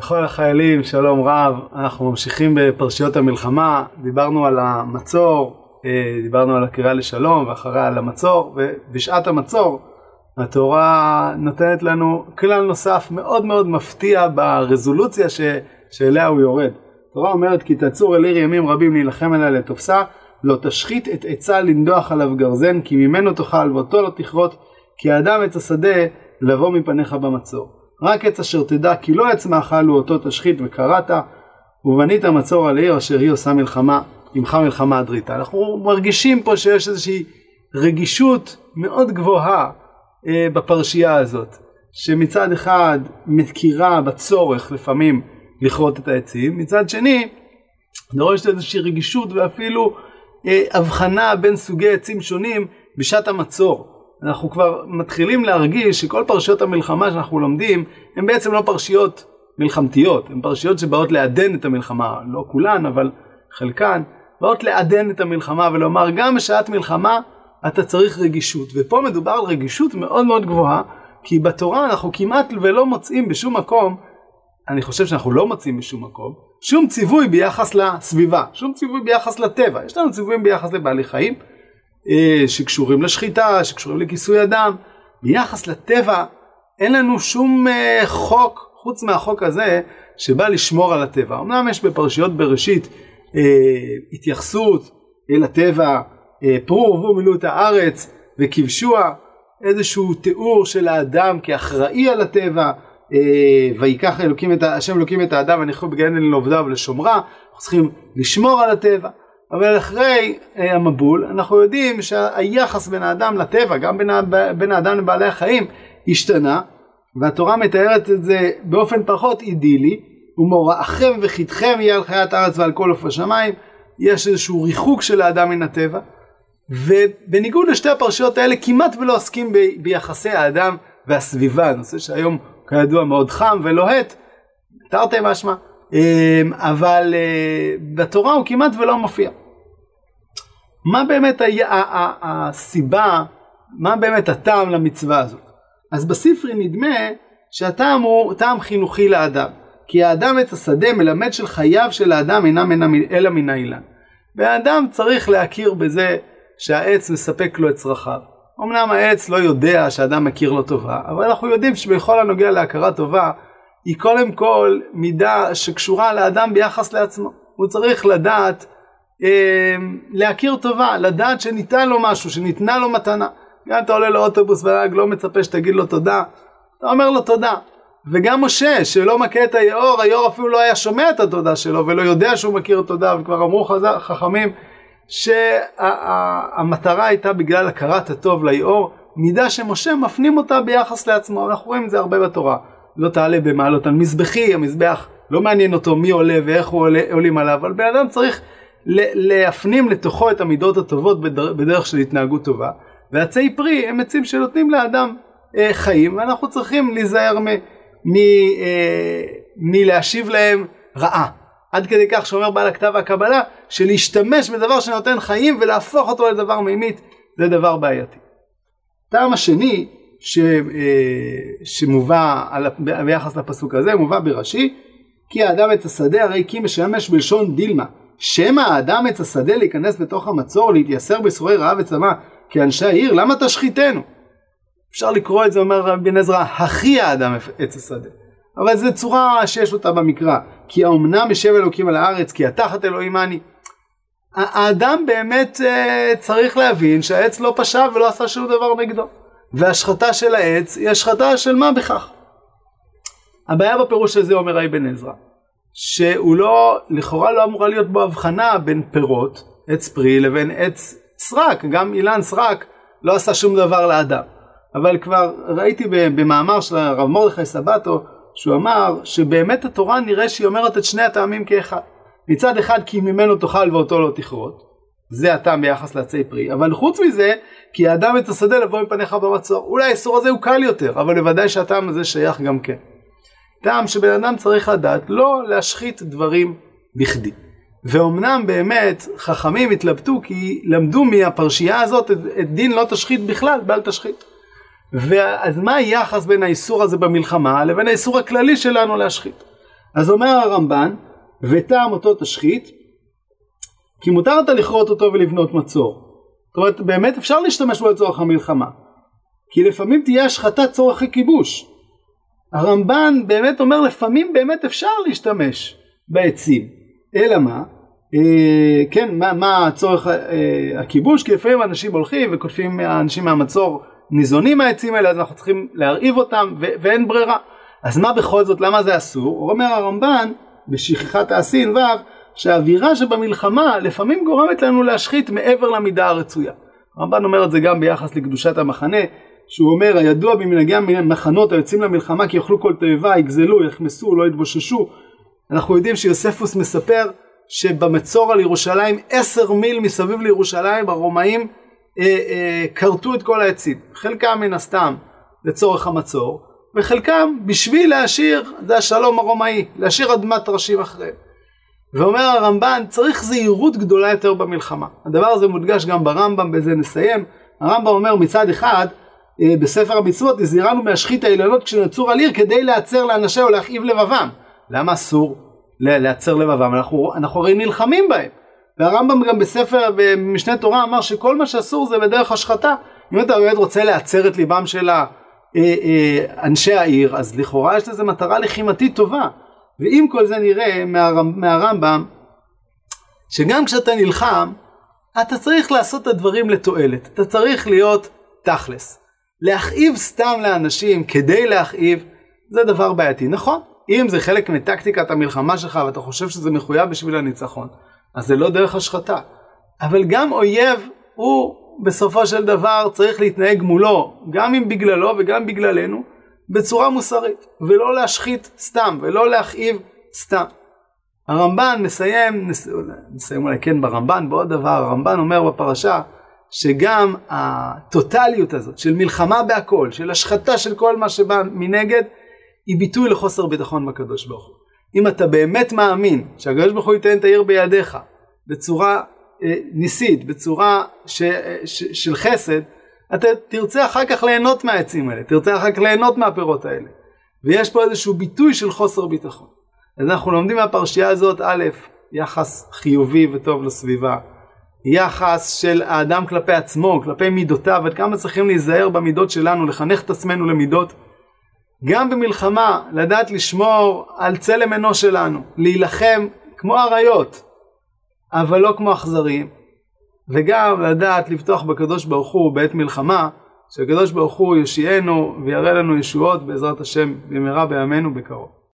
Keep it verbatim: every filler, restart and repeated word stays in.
לכל החיילים, שלום רב. אנחנו ממשיכים בפרשיות המלחמה. דיברנו על המצור, דיברנו על הקריאה לשלום ואחריה על המצור, ובשעת המצור התורה נותנת לנו כלל נוסף מאוד מאוד מפתיע ברזולוציה ש... שאליה הוא יורד. התורה אומרת כי תצור אל עיר ימים רבים להילחם עליה לתופסה, לא תשחית את עצה לנדוח עליו גרזן, כי ממנו תאכל ואותו לא תכרות, כי האדם עץ השדה לבוא מפניך במצור. רק עץ אשר תדע כי לא עץ מאכל הוא אותו תשחית וקראת, ובנית מצור על העיר אשר היא עושה מלחמה, עמך מלחמה אדריתה. אנחנו מרגישים פה שיש איזושהי רגישות מאוד גבוהה אה, בפרשייה הזאת, שמצד אחד מכירה בצורך לפעמים לכרות את העצים, מצד שני דורשת איזושהי רגישות ואפילו אה, הבחנה בין סוגי עצים שונים בשעת המצור. אנחנו כבר מתחילים להרגיש שכל פרשיות המלחמה שאנחנו לומדים הן בעצם לא פרשיות מלחמתיות, הן פרשיות שבאות לעדן את המלחמה, לא כולן אבל חלקן, באות לעדן את המלחמה ולומר גם בשעת מלחמה אתה צריך רגישות, ופה מדובר על רגישות מאוד מאוד גבוהה, כי בתורה אנחנו כמעט ולא מוצאים בשום מקום, אני חושב שאנחנו לא מוצאים בשום מקום, שום ציווי ביחס לסביבה, שום ציווי ביחס לטבע. יש לנו ציוויים ביחס לבעלי חיים, שקשורים לשחיטה, שקשורים לכיסוי אדם. ביחס לטבע אין לנו שום חוק חוץ מהחוק הזה שבא לשמור על הטבע. אמנם יש בפרשיות בראשית התייחסות אל הטבע, פרו ורבו מילאו את הארץ וכבשוה, איזשהו תיאור של האדם כאחראי על הטבע, ויקח אלוקים את השם אלוקים את האדם וניחו בגן עדן לעובדיו ולשומרה. אנחנו צריכים לשמור על הטבע. אבל אחרי המבול אנחנו יודעים שהיחס בין האדם לטבע, גם בין, בין האדם לבעלי החיים, השתנה, והתורה מתארת את זה באופן פחות אידילי. ומוראכם וחיתכם יהיה על חיית הארץ ועל כל עוף השמיים. יש איזשהו ריחוק של האדם מן הטבע, ובניגוד לשתי הפרשיות האלה כמעט ולא עוסקים ב, ביחסי האדם והסביבה, נושא שהיום כידוע מאוד חם ולוהט, תרתי משמע, אבל בתורה הוא כמעט ולא מופיע. מה באמת הסיבה, מה באמת הטעם למצווה הזאת? אז בספרי נדמה שהטעם הוא טעם חינוכי לאדם, כי האדם עץ השדה מלמד של חייו של האדם אינם אלא מן האילן, והאדם צריך להכיר בזה שהעץ מספק לו את צרכיו. אמנם העץ לא יודע שהאדם מכיר לו טובה, אבל אנחנו יודעים שבכל הנוגע להכרת טובה היא קודם כל מידה שקשורה לאדם ביחס לעצמו. הוא צריך לדעת אה, להכיר טובה, לדעת שניתן לו משהו, שניתנה לו מתנה. גם אתה עולה לאוטובוס והנהג לא מצפה שתגיד לו תודה, אתה אומר לו תודה. וגם משה שלא מכיר את היאור, היאור אפילו לא היה שומע את התודה שלו ולא יודע שהוא מכיר תודה, וכבר אמרו חכמים שהמטרה הייתה בגלל הכרת הטוב ליאור, מידה שמשה מפנים אותה ביחס לעצמו. אנחנו רואים את זה הרבה בתורה. לא תעלה במעלות על מזבחי, המזבח לא מעניין אותו מי עולה ואיך הוא עולה, עולים עליו, אבל בן אדם צריך להפנים לתוכו את המידות הטובות בדרך של התנהגות טובה, ועצי פרי הם עצים שנותנים לאדם אה, חיים, ואנחנו צריכים להיזהר מ, מ, אה, מלהשיב להם רעה. עד כדי כך שאומר בעל הכתב והקבלה, שלהשתמש בדבר שנותן חיים ולהפוך אותו לדבר מימית, זה דבר בעייתי. טעם השני ש, שמובא על, ביחס לפסוק הזה, מובא ברש"י, כי האדם עץ השדה הרי כי משמש בלשון דילמה, שמא האדם עץ השדה להיכנס בתוך המצור, להתייסר בייסורי רעב וצמא כאנשי העיר, למה תשחיתנו? אפשר לקרוא את זה, אומר רבי בן עזרא, הכי האדם עץ השדה. אבל זו צורה שיש אותה במקרא, כי האומנם ישב אלוקים על הארץ, כי התחת אלוהים אני. האדם באמת צריך להבין שהעץ לא פשע ולא עשה שום דבר נגדו. והשחטה של העץ היא השחטה של מה בכך. הבעיה בפירוש הזה, אומר רבי בן עזרא, שהוא לא, לכאורה לא אמורה להיות בו הבחנה בין פירות, עץ פרי, לבין עץ סרק. גם אילן סרק לא עשה שום דבר לאדם. אבל כבר ראיתי במאמר של הרב מרדכי סבתו, שהוא אמר שבאמת התורה נראה שהיא אומרת את שני הטעמים כאחד. מצד אחד כי ממנו תאכל ואותו לא תכרות, זה הטעם ביחס לעצי פרי, אבל חוץ מזה כי האדם עץ השדה לבוא מפניך במצור. אולי האיסור הזה הוא קל יותר, אבל בוודאי שהטעם הזה שייך גם כן. טעם שבן אדם צריך לדעת לא להשחית דברים בכדי. ואומנם באמת חכמים התלבטו כי למדו מהפרשייה הזאת את, את דין לא תשחית בכלל, בל תשחית. ואז מה היחס בין האיסור הזה במלחמה לבין האיסור הכללי שלנו להשחית? אז אומר הרמב"ן, וטעם אותו תשחית, כי מותר אתה לכרות אותו ולבנות מצור. זאת אומרת, באמת אפשר להשתמש בו לצורך המלחמה, כי לפעמים תהיה השחטת צורכי כיבוש. הרמב"ן באמת אומר, לפעמים באמת אפשר להשתמש בעצים. אלא מה? אה, כן, מה, מה צורך אה, הכיבוש? כי לפעמים אנשים הולכים וכותבים, האנשים מהמצור ניזונים מהעצים האלה, אז אנחנו צריכים להרעיב אותם, ו- ואין ברירה. אז מה בכל זאת, למה זה אסור? אומר הרמב"ן, בשכחת העשין ו', שהאווירה שבמלחמה לפעמים גורמת לנו להשחית מעבר למידה הרצויה. הרמב"ן אומר את זה גם ביחס לקדושת המחנה, שהוא אומר, הידוע במנהגי המחנות היוצאים למלחמה כי יאכלו כל תאבה, יגזלו, יחמסו, לא יתבוששו. אנחנו יודעים שיוספוס מספר שבמצור על ירושלים, עשר מיל מסביב לירושלים, הרומאים אה, אה, קרטו את כל העצים. חלקם מן הסתם לצורך המצור, וחלקם בשביל להשאיר, זה השלום הרומאי, להשאיר אדמת ראשים אחריהם. ואומר הרמב"ן, צריך זהירות גדולה יותר במלחמה. הדבר הזה מודגש גם ברמב"ם, בזה נסיים. הרמב"ם אומר מצד אחד, בספר המצוות, הזהירנו מהשחית האילנות כשנצור על עיר, כדי להצר לאנשי או להכאיב לבבם. למה אסור להצר לבבם? אנחנו, אנחנו הרי נלחמים בהם. והרמב"ם גם בספר, במשנה תורה, אמר שכל מה שאסור זה בדרך השחתה. אם אתה באמת רוצה להצר את ליבם של אנשי העיר, אז לכאורה יש לזה מטרה לחימתית טובה. ואם כל זה נראה מהרמב"ם, שגם כשאתה נלחם, אתה צריך לעשות את הדברים לתועלת. אתה צריך להיות תכלס. להכאיב סתם לאנשים כדי להכאיב, זה דבר בעייתי. נכון, אם זה חלק מטקטיקת המלחמה שלך, ואתה חושב שזה מחויב בשביל הניצחון, אז זה לא דרך השחתה. אבל גם אויב, הוא בסופו של דבר צריך להתנהג מולו, גם אם בגללו וגם בגללנו, בצורה מוסרית, ולא להשחית סתם, ולא להכאיב סתם. הרמב"ן מסיים, נסיים אולי כן ברמב"ן, בעוד דבר, הרמב"ן אומר בפרשה, שגם הטוטליות הזאת של מלחמה בהכל, של השחתה של כל מה שבא מנגד, היא ביטוי לחוסר ביטחון בקדוש ברוך הוא. אם אתה באמת מאמין שהקדוש ברוך הוא ייתן את העיר בידיך, בצורה אה, ניסית, בצורה ש, ש, של חסד, אתה תרצה אחר כך ליהנות מהעצים האלה, תרצה אחר כך ליהנות מהפירות האלה. ויש פה איזשהו ביטוי של חוסר ביטחון. אז אנחנו לומדים מהפרשייה הזאת, א', יחס חיובי וטוב לסביבה, יחס של האדם כלפי עצמו, כלפי מידותיו, עד כמה צריכים להיזהר במידות שלנו, לחנך את עצמנו למידות. גם במלחמה, לדעת לשמור על צלם אנוש שלנו, להילחם כמו אריות, אבל לא כמו אכזרים, וגם לדעת לבטוח בקדוש ברוך הוא בעת מלחמה, שהקדוש ברוך הוא יושיענו ויראה לנו ישועות בעזרת השם במהרה בימינו בקרוב.